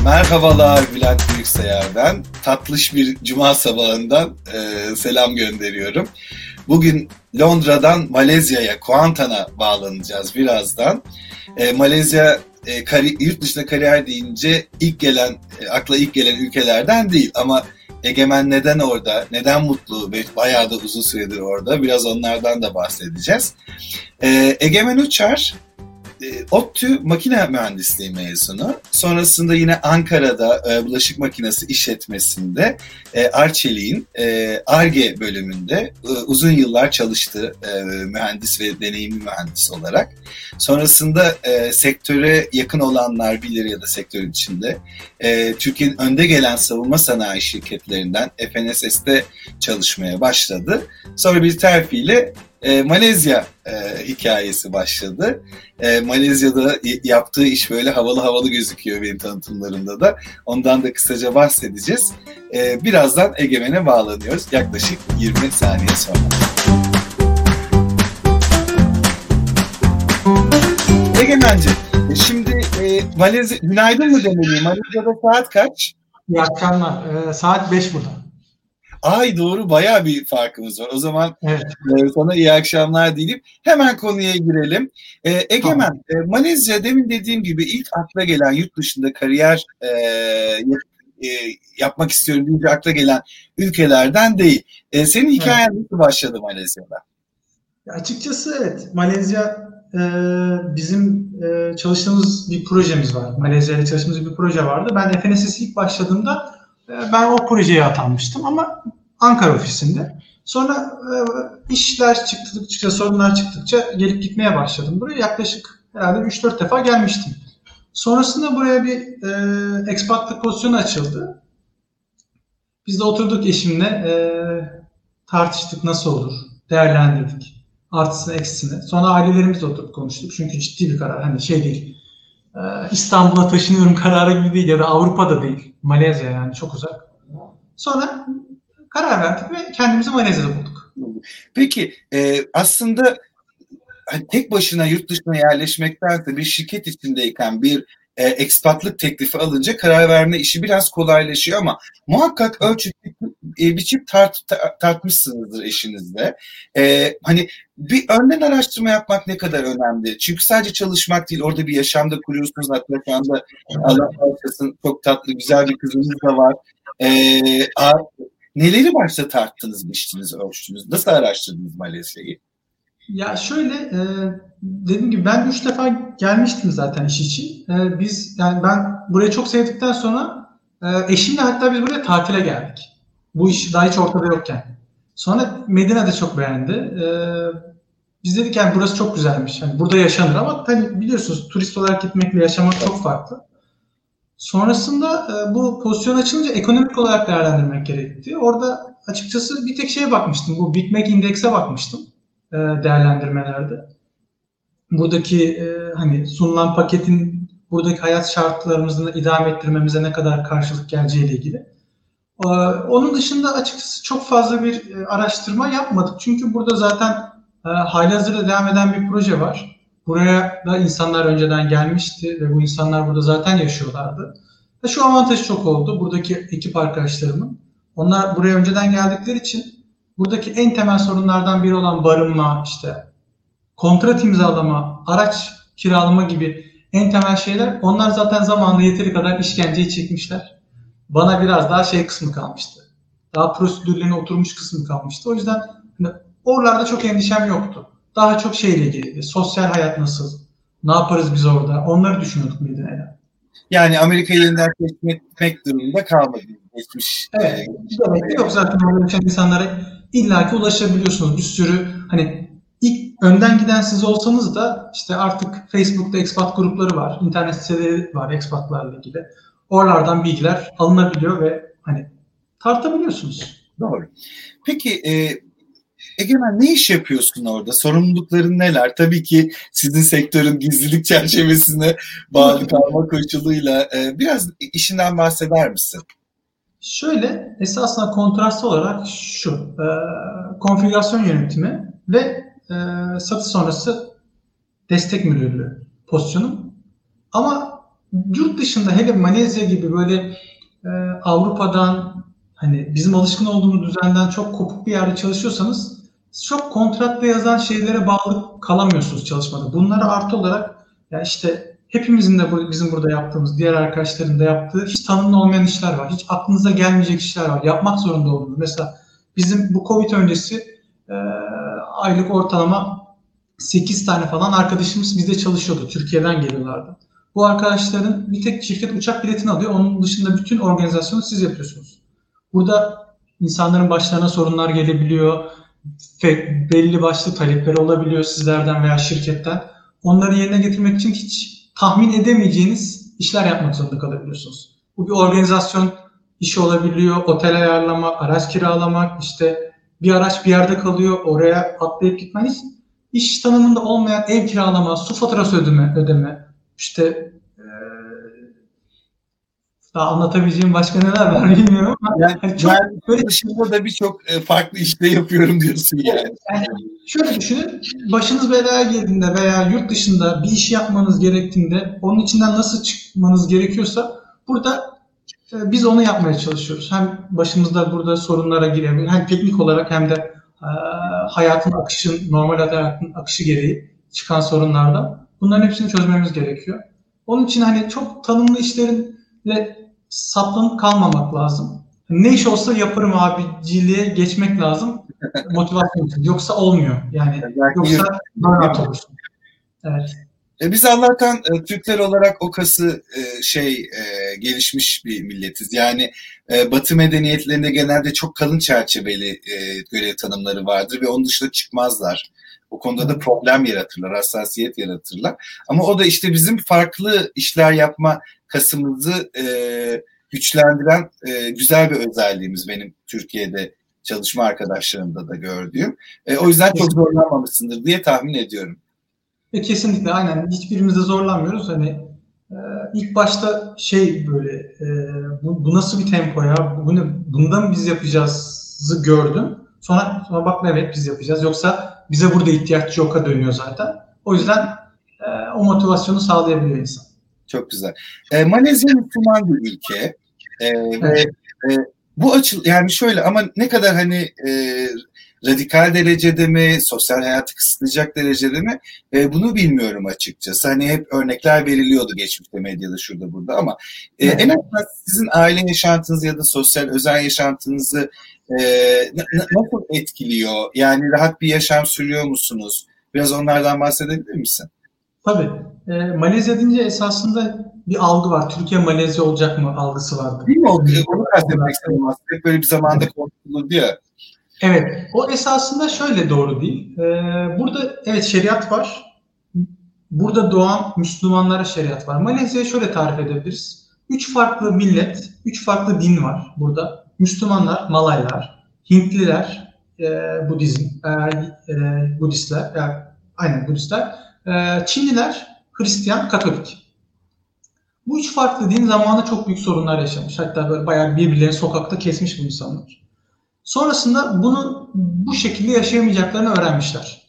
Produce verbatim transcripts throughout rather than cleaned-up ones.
Merhabalar, Bülent Büyüksayar'dan tatlış bir cuma sabahından e, selam gönderiyorum. Bugün Londra'dan Malezya'ya, Kuantan'a bağlanacağız birazdan. E, Malezya e, kari, yurt dışında kariyer deyince ilk gelen, e, akla ilk gelen ülkelerden değil ama Egemen neden orada, neden mutlu ve bayağı da uzun süredir orada, biraz onlardan da bahsedeceğiz. E, Egemen Uçar, ODTÜ makine mühendisliği mezunu. Sonrasında yine Ankara'da e, bulaşık makinesi işletmesinde e, Arçelik'in e, Ar-Ge bölümünde e, uzun yıllar çalıştı e, mühendis ve deneyimli mühendis olarak. Sonrasında e, sektöre yakın olanlar bilir ya da sektörün içinde e, Türkiye'nin önde gelen savunma sanayi şirketlerinden F N S S'te çalışmaya başladı. Sonra bir terfiyle E, Malezya e, hikayesi başladı. E, Malezya'da yaptığı iş böyle havalı havalı gözüküyor benim tanıtımlarımda da. Ondan da kısaca bahsedeceğiz. E, birazdan Egemen'e bağlanıyoruz. Yaklaşık yirmi saniye sonra. Egemen'ciğim, şimdi e, Malezya, günaydın mı demeliyim? Malezya'da saat kaç? İyi akşamlar. E, saat beş burada. Ay doğru, bayağı bir farkımız var. O zaman evet. e, sana iyi akşamlar diyelim. Hemen konuya girelim. E, Egemen, tamam. e, Malezya demin dediğim gibi ilk akla gelen yurt dışında kariyer e, e, yapmak istiyorum deyince akla gelen ülkelerden değil. E, senin hikayen evet. Nasıl başladı Malezya'da? Ya açıkçası evet. Malezya e, bizim e, çalıştığımız bir projemiz var. Malezya ile çalıştığımız bir proje vardı. Ben F N S S'e ilk başladığımda ben o projeye atanmıştım ama Ankara ofisinde. Sonra e, işler çıktıkça, sorunlar çıktıkça gelip gitmeye başladım. Buraya yaklaşık herhalde üç dört defa gelmiştim. Sonrasında buraya bir e, expatlık pozisyonu açıldı. Biz de oturduk eşimle e, tartıştık nasıl olur, değerlendirdik. Artısını eksisini. Sonra ailelerimiz de oturup konuştuk. Çünkü ciddi bir karar. Hani şey değil. E, İstanbul'a taşınıyorum kararı gibi değil ya da Avrupa'da değil. Malezya yani çok uzak. Sonra karar verdik ve kendimizi Malezya'da bulduk. Peki e, aslında hani tek başına yurt dışına yerleşmektense bir şirket içindeyken bir e, ekspatlık teklifi alınca karar verme işi biraz kolaylaşıyor ama muhakkak ölçüp e, biçip tart, tartmışsınızdır eşinizle. E, hani bir önden araştırma yapmak ne kadar önemli? Çünkü sadece çalışmak değil, orada bir yaşamda kuruyorsunuz. Hatta şu anda Allah bağışlasın çok tatlı, güzel bir kızınız da var. E, a, neleri başta tarttınız, biçtiniz, ölçtünüz? Nasıl araştırdınız Malezya'yı? Ya şöyle, e, dediğim gibi ben üç defa gelmiştim zaten iş için. E, biz yani ben burayı çok sevdikten sonra e, eşimle hatta biz buraya tatile geldik. Bu iş daha hiç ortada yokken. Sonra Medine de çok beğendi. E, biz dedik yani burası çok güzelmiş. Yani burada yaşanır ama hani biliyorsunuz turist olarak gitmekle yaşamak çok farklı. Sonrasında e, bu pozisyon açılınca ekonomik olarak değerlendirmek gerekti. Orada açıkçası bir tek şeye bakmıştım. Bu Big Mac Index'e bakmıştım. Değerlendirmelerde. Buradaki e, hani sunulan paketin buradaki hayat şartlarımızı idame ettirmemize ne kadar karşılık geleceğiyle ilgili. E, onun dışında açıkçası çok fazla bir e, araştırma yapmadık. Çünkü burada zaten e, halihazırda devam eden bir proje var. Buraya da insanlar önceden gelmişti ve bu insanlar burada zaten yaşıyorlardı. Ve şu avantajı çok oldu buradaki ekip arkadaşlarımın. Onlar buraya önceden geldikleri için buradaki en temel sorunlardan biri olan barınma, işte kontrat imzalama, araç kiralama gibi en temel şeyler, onlar zaten zamanında yeteri kadar işkenceyi çekmişler. Bana biraz daha şey kısmı kalmıştı. Daha prosedürlerine oturmuş kısmı kalmıştı. O yüzden hani, oralarda çok endişem yoktu. Daha çok şeyle ilgili. Sosyal hayat nasıl? Ne yaparız biz orada? Onları düşünüyorduk Medine'yle. Yani Amerika'yı yeniden keşfetmek durumunda kalmadı. Geçmiş. Evet. Demek ki yok zaten orada yaşayan insanlara illaki ulaşabiliyorsunuz. Bir sürü hani ilk önden giden siz olsanız da işte artık Facebook'ta expat grupları var. İnternet siteleri var expatlarla ilgili. Oralardan bilgiler alınabiliyor ve hani tartabiliyorsunuz. Doğru. Peki e, Egemen ne iş yapıyorsun orada? Sorumlulukların neler? Tabii ki sizin sektörün gizlilik çerçevesine bağlı kalma koşuluyla e, biraz işinden bahseder misin? Şöyle, esasında kontrastlı olarak şu, e, konfigürasyon yönetimi ve e, satış sonrası destek müdürlüğü pozisyonum. Ama yurt dışında hele Malezya gibi böyle e, Avrupa'dan hani bizim alışkın olduğumuz düzenden çok kopuk bir yerde çalışıyorsanız çok kontratta yazan şeylere bağlı kalamıyorsunuz çalışmada. Bunlara artı olarak ya işte hepimizin de bu, bizim burada yaptığımız, diğer arkadaşların da yaptığı hiç tanımlı olmayan işler var. Hiç aklınıza gelmeyecek işler var. Yapmak zorunda olduğunuz. Mesela bizim bu Covid öncesi e, aylık ortalama sekiz tane falan arkadaşımız bizde çalışıyordu. Türkiye'den geliyorlardı. Bu arkadaşların bir tek şirket uçak biletini alıyor. Onun dışında bütün organizasyonu siz yapıyorsunuz. Burada insanların başlarına sorunlar gelebiliyor. Belli başlı talepleri olabiliyor sizlerden veya şirketten. Onları yerine getirmek için hiç tahmin edemeyeceğiniz işler yapmak zorunda kalabiliyorsunuz. Bu bir organizasyon işi olabiliyor. Otel ayarlamak, araç kiralamak, işte bir araç bir yerde kalıyor. Oraya atlayıp gitmen hiç iş tanımında olmayan ev kiralama, su faturası ödeme, ödeme işte e, daha anlatabileceğim başka neler var bilmiyorum ama yani yani çok ben böyle dışında da birçok e, farklı işte yapıyorum diyorsun yani. yani şöyle düşünün, başınız belaya girdiğinde veya yurt dışında bir iş yapmanız gerektiğinde onun içinden nasıl çıkmanız gerekiyorsa burada e, biz onu yapmaya çalışıyoruz. Hem başımızda burada sorunlara girebilir, hem teknik olarak hem de e, hayatın akışın, normal hayatın akışı gereği çıkan sorunlarda bunların hepsini çözmemiz gerekiyor. Onun için hani çok tanımlı işlerinle saplanıp kalmamak lazım. Ne iş olsa yaparım abiciliğe geçmek lazım. Motivasyon için. Yoksa olmuyor. Yani yoksa burnout olursun. Evet. E biz Allah'tan e, Türkler olarak o kası e, şey e, gelişmiş bir milletiz. Yani e, Batı medeniyetlerinde genelde çok kalın çerçeveli e, görev tanımları vardır ve onun dışında çıkmazlar. O konuda da problem yaratırlar, hassasiyet yaratırlar. Ama o da işte bizim farklı işler yapma kasımızı e, güçlendiren e, güzel bir özelliğimiz benim Türkiye'de çalışma arkadaşlarımda da gördüğüm. E, o yüzden çok zorlanmamışsındır diye tahmin ediyorum. E, kesinlikle aynen. Hiçbirimizde zorlanmıyoruz. Hani e, ilk başta şey böyle e, bu, bu nasıl bir tempo ya? Bu ne, bunda mı biz yapacağızı gördüm. Sonra, sonra bak evet biz yapacağız. Yoksa bize burada ihtiyaç yok'a dönüyor zaten. O yüzden e, o motivasyonu sağlayabiliyor insan. Çok güzel. E, Malezya Müslüman bir ülke. E, evet. Ve e, bu açı yani şöyle ama ne kadar hani e, radikal derecede mi, sosyal hayatı kısıtlayacak derecede mi e, bunu bilmiyorum açıkçası. Hani hep örnekler veriliyordu geçmişte medyada şurada burada ama e, evet. En azından sizin aile yaşantınızı ya da sosyal özel yaşantınızı e, nasıl etkiliyor? Yani rahat bir yaşam sürüyor musunuz? Biraz onlardan bahsedebilir misin? Tabii. E, Malezya deyince esasında bir algı var. Türkiye Malezya olacak mı algısı vardı. Değil mi? O, onu kastetmek istedim aslında. Böyle bir zamanda konuşulurdu ya. Evet. O esasında şöyle doğru değil. Ee, burada evet şeriat var. Burada doğan Müslümanlara şeriat var. Malezya'yı şöyle tarif edebiliriz. Üç farklı millet, üç farklı din var burada. Müslümanlar, Malaylar, Hintliler, e, Budizm, e, e, Budistler, yani, aynen Budistler, e, Çinliler, Hristiyan, Katolik. Bu üç farklı din zamanında çok büyük sorunlar yaşamış. Hatta böyle bayağı birbirlerini sokakta kesmiş bu insanlar. Sonrasında bunu bu şekilde yaşayamayacaklarını öğrenmişler.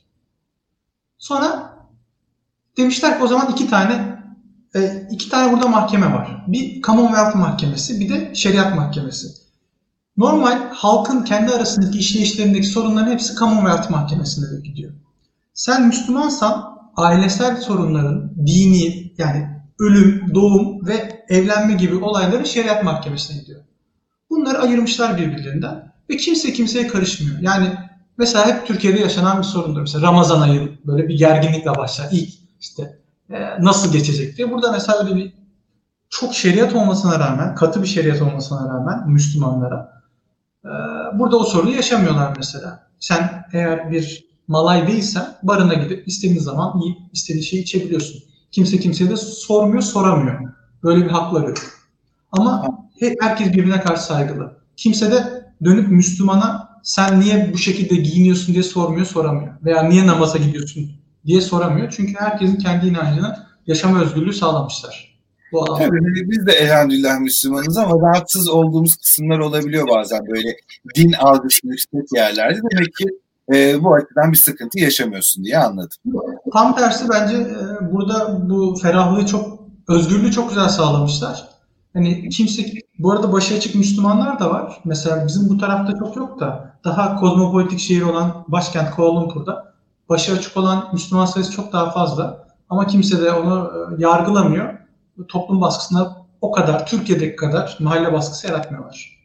Sonra demişler ki o zaman iki tane iki tane burada mahkeme var. Bir Commonwealth Mahkemesi, bir de Şeriat Mahkemesi. Normal halkın kendi arasındaki işleyişlerindeki sorunların hepsi Commonwealth Mahkemesi'nde gidiyor. Sen Müslümansan ailesel sorunların, dini yani ölüm, doğum ve evlenme gibi olayların Şeriat Mahkemesi'ne gidiyor. Bunları ayırmışlar birbirlerinden. Ve kimse kimseye karışmıyor. Yani mesela hep Türkiye'de yaşanan bir sorundur. Mesela Ramazan ayı böyle bir gerginlikle başlar. İlk işte e, nasıl geçecek diye. Burada mesela öyle bir çok şeriat olmasına rağmen, katı bir şeriat olmasına rağmen Müslümanlara e, burada o sorunu yaşamıyorlar mesela. Sen eğer bir Malay değilsen barına gidip istediğin zaman yiyip istediğin şeyi içebiliyorsun. Kimse kimseye de sormuyor, soramıyor. Böyle bir hakları yok. Ama herkes birbirine karşı saygılı. Kimse de dönüp Müslümana sen niye bu şekilde giyiniyorsun diye sormuyor, soramıyor. Veya niye namaza gidiyorsun diye soramıyor. Çünkü herkesin kendi inancını yaşama özgürlüğü sağlamışlar. Bu Tabii biz de elhamdülillah Müslümanız ama rahatsız olduğumuz kısımlar olabiliyor bazen böyle din algısı yüksek yerlerde. Demek ki e, bu açıdan bir sıkıntı yaşamıyorsun diye anladım. Tam tersi bence e, burada bu ferahlığı çok özgürlüğü çok güzel sağlamışlar. Hani kimse, bu arada başı açık Müslümanlar da var. Mesela bizim bu tarafta çok yok da daha kozmopolitik şehir olan başkent Kuala Lumpur'da başı açık olan Müslüman sayısı çok daha fazla. Ama kimse de onu e, yargılamıyor. Toplum baskısına o kadar, Türkiye'deki kadar mahalle baskısı yaratmıyorlar.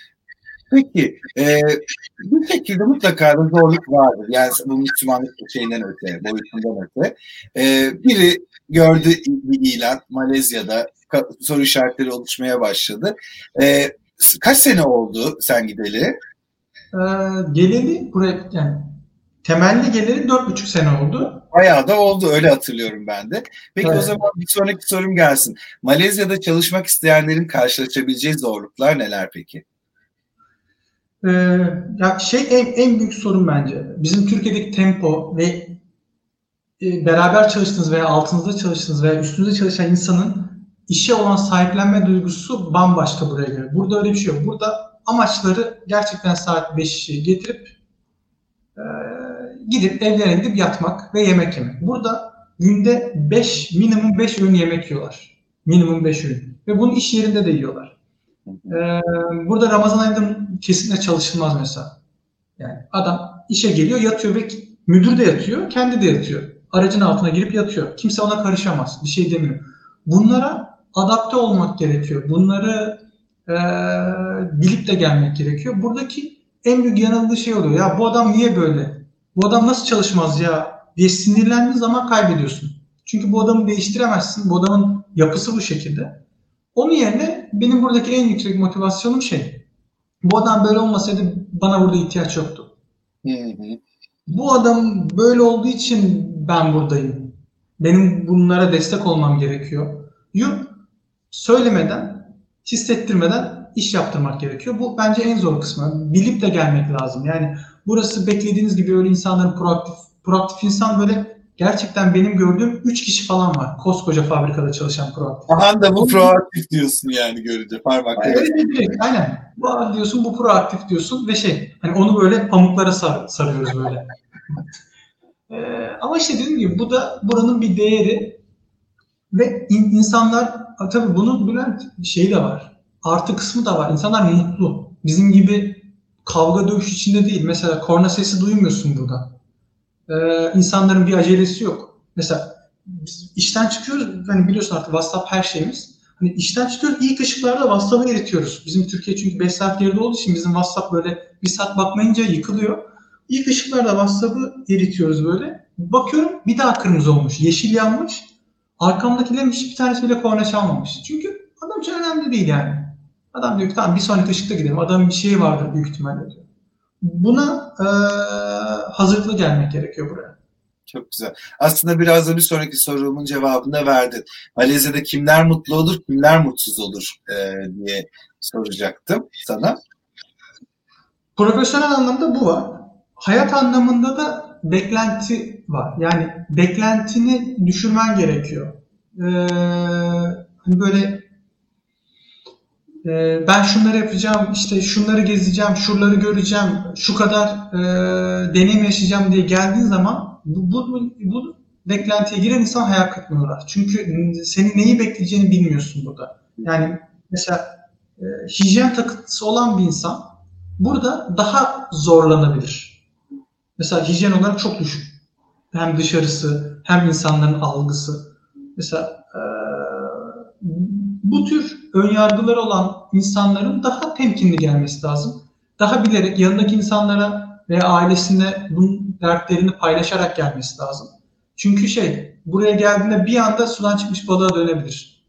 Peki, e, bir şekilde mutlaka bir zorluk vardır. Yani bu Müslümanlık şeyinden öte, boyutundan öte. E, biri gördü bir ilan, Malezya'da soru işaretleri oluşmaya başladı. E, kaç sene oldu sen gideli? Ee, geleli buraya, yani temelli geleli dört buçuk sene oldu. Bayağı da oldu, öyle hatırlıyorum ben de. Peki Evet. O zaman bir sonraki sorum gelsin. Malezya'da çalışmak isteyenlerin karşılaşabileceği zorluklar neler peki? Ee, ya şey en, en büyük sorun bence. Bizim Türkiye'deki tempo ve e, beraber çalıştığınız veya altınızda çalıştığınız veya üstünüzde çalışan insanın işe olan sahiplenme duygusu bambaşka buraya göre. Burada öyle bir şey yok. Burada amaçları gerçekten saat beşi getirip e, gidip evlerine gidip yatmak ve yemek yemek. Burada günde beş, minimum beş öğün yemek yiyorlar. Minimum beş öğün. Ve bunu iş yerinde de yiyorlar. Ee, burada Ramazan ayında kesinlikle çalışılmaz mesela. Yani adam işe geliyor, yatıyor ve müdür de yatıyor, kendi de yatıyor. Aracın altına girip yatıyor. Kimse ona karışamaz, bir şey demiyor. Bunlara adapte olmak gerekiyor. Bunları e, bilip de gelmek gerekiyor. Buradaki en büyük yanıldığı şey oluyor. Ya bu adam niye böyle? Bu adam nasıl çalışmaz ya diye sinirlendiğin zaman kaybediyorsun. Çünkü bu adamı değiştiremezsin. Bu adamın yapısı bu şekilde. Onun yerine benim buradaki en yüksek motivasyonum şey. Bu adam böyle olmasaydı bana burada ihtiyaç yoktu. Hı hı. Bu adam böyle olduğu için ben buradayım. Benim bunlara destek olmam gerekiyor. Yok, söylemeden, hissettirmeden iş yaptırmak gerekiyor. Bu bence en zor kısmı. Bilip de gelmek lazım. Yani burası beklediğiniz gibi öyle insanların proaktif, proaktif insan böyle gerçekten benim gördüğüm üç kişi falan var. Koskoca fabrikada çalışan proaktif. Aha da bu proaktif diyorsun yani görünce parmakla. Evet, aynen. Bu diyorsun, bu proaktif diyorsun ve şey, hani onu böyle pamuklara sar, sarıyoruz böyle. ee, ama işte dediğim gibi bu da buranın bir değeri ve in, insanlar tabii bunu bilen şey de var. Artı kısmı da var. İnsanlar mutlu. Bizim gibi kavga dövüş içinde değil. Mesela korna sesi duymuyorsun burada. Ee, insanların bir acelesi yok. Mesela biz işten çıkıyoruz. Hani biliyorsun artık WhatsApp her şeyimiz. Hani işten çıkıyoruz. İlk ışıklarda WhatsApp'ı eritiyoruz. Bizim Türkiye çünkü beş saat geride olduğu için bizim WhatsApp böyle bir saat bakmayınca yıkılıyor. İlk ışıklarda WhatsApp'ı eritiyoruz böyle. Bakıyorum bir daha kırmızı olmuş. Yeşil yanmış. Arkamdakilerin hiçbir tanesi bile korna çalmamış. Çünkü adam için önemli değil yani. Adam diyor ki tamam bir sonraki ışıkta gidelim. Adamın bir şeyi vardır büyük ihtimalle diyor. Buna e, hazırlıklı gelmek gerekiyor buraya. Çok güzel. Aslında biraz da bir sonraki sorumun cevabını da verdin. Malezya'da kimler mutlu olur, kimler mutsuz olur e, diye soracaktım sana. Profesyonel anlamda bu var. Hayat anlamında da beklenti var. Yani beklentini düşürmen gerekiyor. Ee, hani böyle e, ben şunları yapacağım, işte şunları gezeceğim, şuraları göreceğim, şu kadar e, deneyim yaşayacağım diye geldiğin zaman bu, bu, bu beklentiye giren insan hayal kırıklığına uğrar. Çünkü senin neyi bekleyeceğini bilmiyorsun burada. Yani mesela e, hijyen takıntısı olan bir insan burada daha zorlanabilir. Mesela hijyen olarak çok düşük. Hem dışarısı hem insanların algısı. Mesela e, bu tür önyargıları olan insanların daha temkinli gelmesi lazım. Daha bilerek yanındaki insanlara veya ailesine bunun dertlerini paylaşarak gelmesi lazım. Çünkü şey, buraya geldiğinde bir anda sudan çıkmış balığa dönebilir.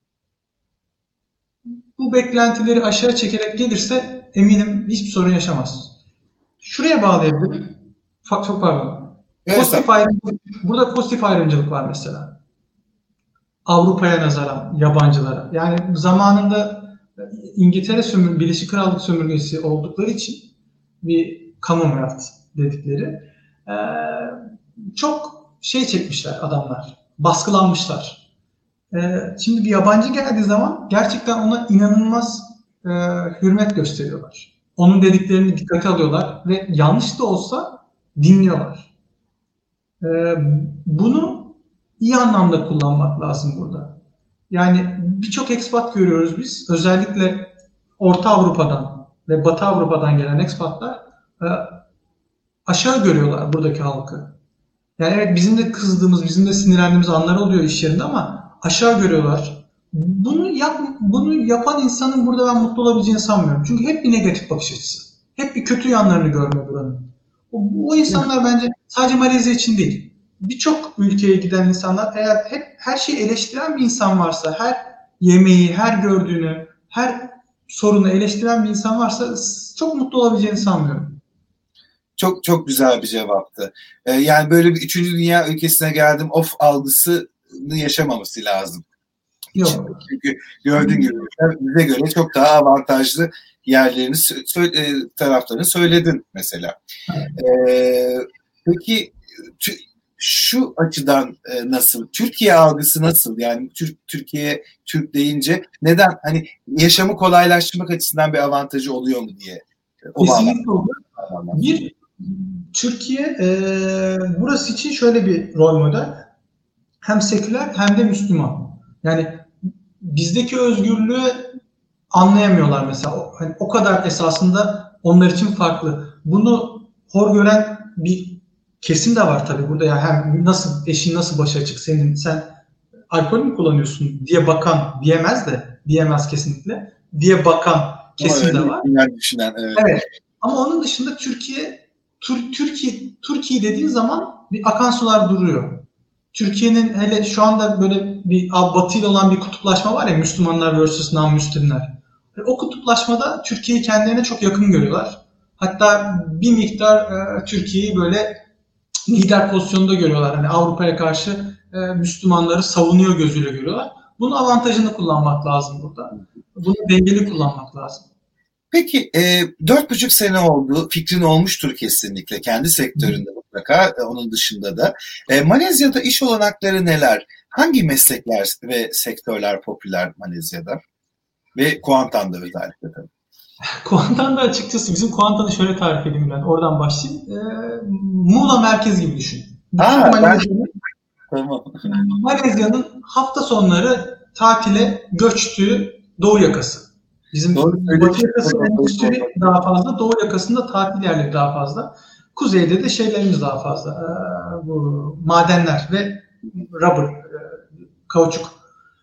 Bu beklentileri aşağı çekerek gelirse eminim hiçbir sorun yaşamaz. Şuraya bağlayabilirim. Çok, çok pardon. Evet, Pozitif ayrımcılık, burada pozitif ayrımcılık var mesela. Avrupa'ya nazaran, yabancılara. Yani zamanında İngiltere sömür, Birleşik Krallık sömürgesi oldukları için bir Commonwealth dedikleri ee, çok şey çekmişler adamlar. Baskılanmışlar. Ee, şimdi bir yabancı geldiği zaman gerçekten ona inanılmaz e, hürmet gösteriyorlar. Onun dediklerini dikkate alıyorlar ve yanlış da olsa dinliyorlar. Ee, bunu iyi anlamda kullanmak lazım burada. Yani birçok expat görüyoruz biz. Özellikle Orta Avrupa'dan ve Batı Avrupa'dan gelen expatlar e, aşağı görüyorlar buradaki halkı. Yani evet bizim de kızdığımız, bizim de sinirlendiğimiz anlar oluyor iş yerinde ama aşağı görüyorlar. Bunu yap, bunu yapan insanın burada ben mutlu olabileceğini sanmıyorum. Çünkü hep bir negatif bakış açısı. Hep bir kötü yanlarını görme buranın. O, o insanlar bence sadece Malezya için değil. Birçok ülkeye giden insanlar eğer hep her şeyi eleştiren bir insan varsa, her yemeği, her gördüğünü, her sorunu eleştiren bir insan varsa çok mutlu olabileceğini sanmıyorum. Çok çok güzel bir cevaptı. Ee, yani böyle bir üçüncü dünya ülkesine geldim of algısını yaşamaması lazım. Yok. Çünkü gördüğün gibi bize göre çok daha avantajlı yerlerini, sö- taraflarını söyledin mesela. Ee, peki şu açıdan nasıl? Türkiye algısı nasıl? Yani Türkiye, Türk deyince neden? Hani yaşamı kolaylaştırmak açısından bir avantajı oluyor mu diye. O Kesinlikle olur. Bir, Türkiye e, burası için şöyle bir rol model. Hem seküler hem de Müslüman. Yani bizdeki özgürlüğü anlayamıyorlar mesela. O, hani o kadar esasında onlar için farklı. Bunu hor gören bir kesim de var tabii burada. Yani hem nasıl eşin nasıl başa çık senin sen alkol mü kullanıyorsun diye bakan diyemez de diyemez kesinlikle diye bakan kesim de var. Düşünen, evet. Evet. Ama onun dışında Türkiye Türkiye Türkiye dediğin zaman bir akan sular duruyor. Türkiye'nin hele şu anda böyle bir Batı ile olan bir kutuplaşma var ya Müslümanlar versus non-Müslümanlar. O kutuplaşmada Türkiye'yi kendilerine çok yakın görüyorlar. Hatta bir miktar e, Türkiye'yi böyle lider pozisyonunda görüyorlar. Hani Avrupa'ya karşı e, Müslümanları savunuyor gözüyle görüyorlar. Bunun avantajını kullanmak lazım burada. Bunu dengeli kullanmak lazım. Peki e, dört buçuk sene oldu, fikrin olmuştur kesinlikle kendi sektöründe mutlaka, e, onun dışında da. E, Malezya'da iş olanakları neler? Hangi meslekler ve sektörler popüler Malezya'da? Ve Kuantan'da özellikle tabii. Kuantan'da açıkçası bizim Kuantan'ı şöyle tarif edeyim ben, oradan başlayayım. E, Muğla merkez gibi düşün. Ha, Malezya'nın, tamam. Malezya'nın hafta sonları tatile göçtüğü doğu yakası. Bizim batı yakası endüstri daha fazla, doğu yakasında tatil yerleri daha fazla. Kuzeyde de şeylerimiz daha fazla. Ee, bu madenler ve rubber, e, kauçuk.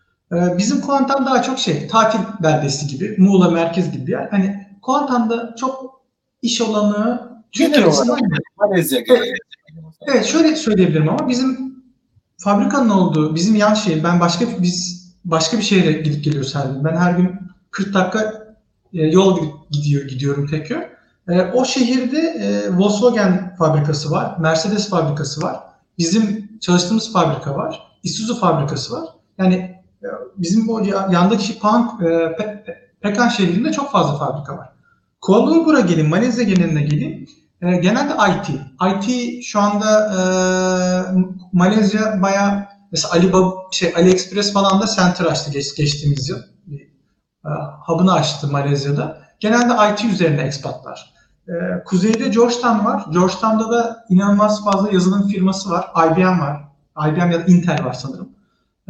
Ee, bizim Kuantan daha çok şey, tatil beldesi gibi, Muğla merkez gibi bir yer. Hani Kuantan'da çok iş olanağı Türkiye açısından Malezya evet, evet, şöyle söyleyebilirim ama bizim fabrikanın olduğu, bizim yan şehir, ben başka biz başka bir şehre gidip geliyoruz her gün. Ben her gün kırk dakika e, yol gidiyor gidiyorum tek yön. E, o şehirde e, Volkswagen fabrikası var, Mercedes fabrikası var, bizim çalıştığımız fabrika var, Isuzu fabrikası var. Yani e, bizim o yandaki Pang, e, Pe, Pe, Pekan şehrinde çok fazla fabrika var. Kuala Lumpur'a gelin, Malezya geneline gelin. E, genelde I T. I T şu anda e, Malezya bayağı mesela Alibaba, şey AliExpress falan da center açtı geç, geçtiğimiz yıl. E, hub'ını açtı Malezya'da. Genelde I T üzerine expatlar. E, kuzeyde Georgetown var. Georgetown'da da inanılmaz fazla yazılım firması var. I B M var. I B M ya da Intel var sanırım. E,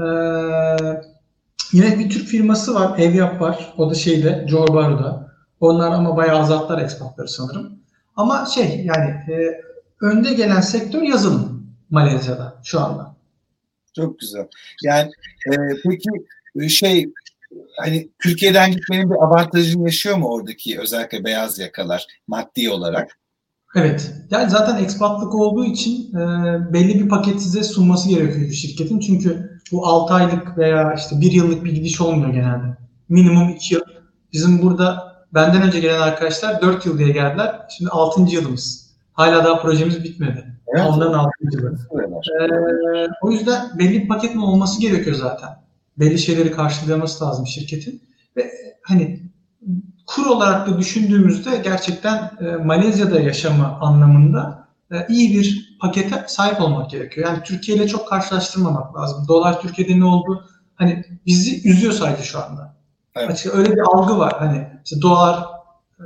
yine bir Türk firması var. Evyap var. O da şeyde, Johor Bahru'da. Onlar ama bayağı azalttılar expatları sanırım. Ama şey yani e, önde gelen sektör yazılım Malezya'da şu anda. Çok güzel. Yani e, peki şey hani Türkiye'den gitmenin bir avantajını yaşıyor mu oradaki özellikle beyaz yakalar maddi olarak? Evet. Yani zaten ekspatlık olduğu için e, belli bir paket size sunması gerekiyor şirketin. Çünkü bu altı aylık veya işte bir yıllık bir gidiş olmuyor genelde. Minimum iki yıl. Bizim burada benden önce gelen arkadaşlar dört yıl diye geldiler. Şimdi altıncı yılımız. Hala daha projemiz bitmedi. Evet. Onların altıncı yılı. Ee, o yüzden belli bir paketin olması gerekiyor zaten. Belli şeyleri karşılaması lazım şirketin. Ve hani kur olarak da düşündüğümüzde gerçekten e, Malezya'da yaşama anlamında e, iyi bir pakete sahip olmak gerekiyor. Yani Türkiye ile çok karşılaştırmamak lazım. Dolar Türkiye'de ne oldu? Hani bizi üzüyor sadece şu anda. Evet. Açıkçası öyle bir algı var. Hani işte dolar e,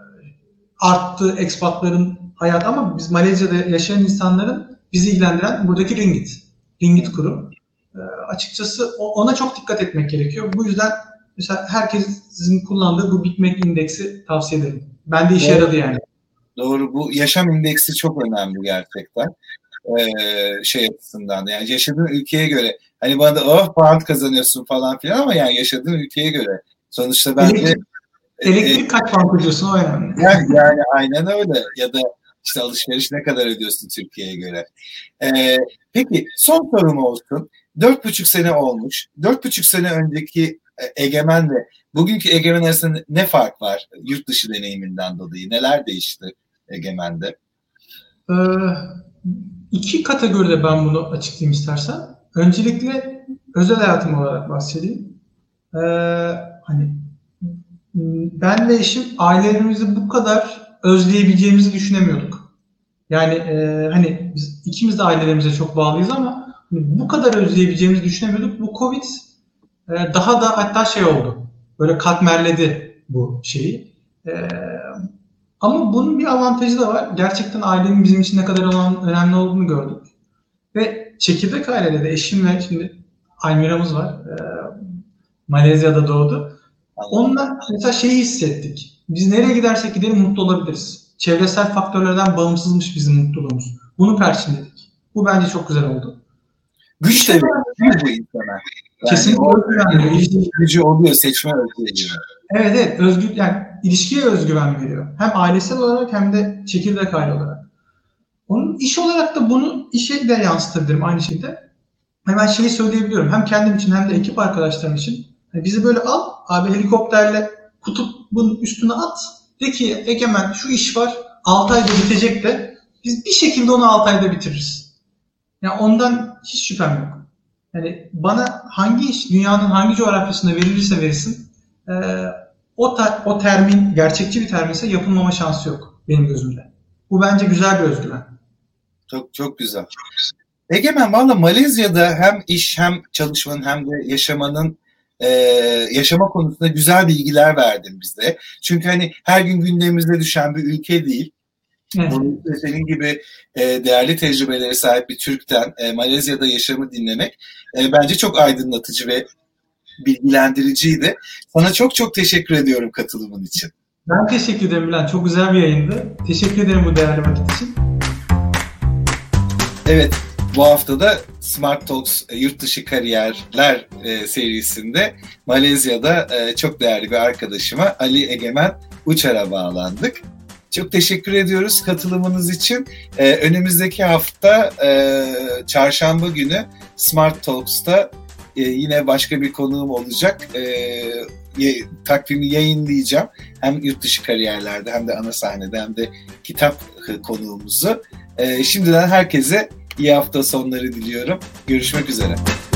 arttı, ekspatların hayatı ama biz Malezya'da yaşayan insanların bizi ilgilendiren buradaki ringgit. Ringgit kuru. E, açıkçası ona çok dikkat etmek gerekiyor. Bu yüzden mesela herkesin kullandığı bu Bitmek indeksi tavsiye ederim. Bende işe yaradı yani. Doğru. Bu yaşam indeksi çok önemli gerçekten. Ee, şey açısından. Yani yaşadığın ülkeye göre hani bana da oh puan kazanıyorsun falan filan ama yani yaşadığın ülkeye göre. Sonuçta ben elektrik, de elektrik e, kaç puan ödüyorsun o önemli. Yani, yani aynen öyle. Ya da işte alışveriş ne kadar ödüyorsun Türkiye'ye göre. Ee, peki son sorum olsun. Dört buçuk sene olmuş. Dört buçuk sene önceki Egemen'le bugünkü Egemen arasında ne fark var yurt dışı deneyiminden dolayı? Neler değişti Egemen'de? Ee, iki kategoride ben bunu açıklayayım istersen. Öncelikle özel hayatım olarak bahsedeyim. Ee, hani ben ve eşim ailelerimizi bu kadar özleyebileceğimizi düşünemiyorduk. Yani e, hani biz ikimiz de ailelerimize çok bağlıyız ama hani bu kadar özleyebileceğimizi düşünemiyorduk. Bu Covid e, daha da hatta şey oldu. Böyle katmerledi bu şeyi. E, ama bunun bir avantajı da var. Gerçekten ailenin bizim için ne kadar olan, önemli olduğunu gördük. Ve çekirdek ailede de eşim ve şimdi Almira'mız var. E, Malezya'da doğdu. Onunla mesela şeyi hissettik. Biz nereye gidersek gidelim mutlu olabiliriz. Çevresel faktörlerden bağımsızmış bizim mutluluğumuz. Bunu perçinledik. Bu bence çok güzel oldu. Güç de veriyor bu insana. Yani kesinlikle özgüven veriyor. Gücü oluyor, seçme özgürlüğü. Evet evet. Özgür, yani ilişkiye özgüven veriyor. Hem ailesel olarak hem de çekirdek aile olarak. Onun iş olarak da bunu işe de yansıtabilirim aynı şekilde. Hemen şeyi söyleyebiliyorum. Hem kendim için hem de ekip arkadaşlarım için. Yani bizi böyle al abi helikopterle kutubun üstüne at. De ki Egemen şu iş var altı ayda bitecek de biz bir şekilde onu altı ayda bitiririz. Yani ondan hiç şüphem yok. Yani bana hangi iş dünyanın hangi coğrafyasında verilirse verilsin e, o, ta, o termin gerçekçi bir terminse yapılmama şansı yok benim gözümde. Bu bence güzel bir özgüven. Çok çok güzel. Egemen valla Malezya'da hem iş hem çalışmanın hem de yaşamanın e, yaşama konusunda güzel bilgiler verdin bize. Çünkü hani her gün gündemimizde düşen bir ülke değil. Evet. Dolayısıyla senin gibi e, değerli tecrübelere sahip bir Türk'ten e, Malezya'da yaşamı dinlemek e, bence çok aydınlatıcı ve bilgilendiriciydi. Sana çok çok teşekkür ediyorum katılımın için. Ben teşekkür ederim Bülent. Çok güzel bir yayındı. Teşekkür ederim bu değerli vakit için. Evet. Bu hafta da Smart Talks e, Yurt Dışı Kariyerler e, serisinde Malezya'da e, çok değerli bir arkadaşıma Ali Egemen Uçar'a bağlandık. Çok teşekkür ediyoruz katılımınız için. E, önümüzdeki hafta e, çarşamba günü Smart Talks'ta e, yine başka bir konuğum olacak. E, ye, takvimi yayınlayacağım. Hem yurt dışı kariyerlerde hem de ana sahnede hem de kitap konuğumuzu. E, şimdiden herkese İyi hafta sonları diliyorum. Görüşmek üzere.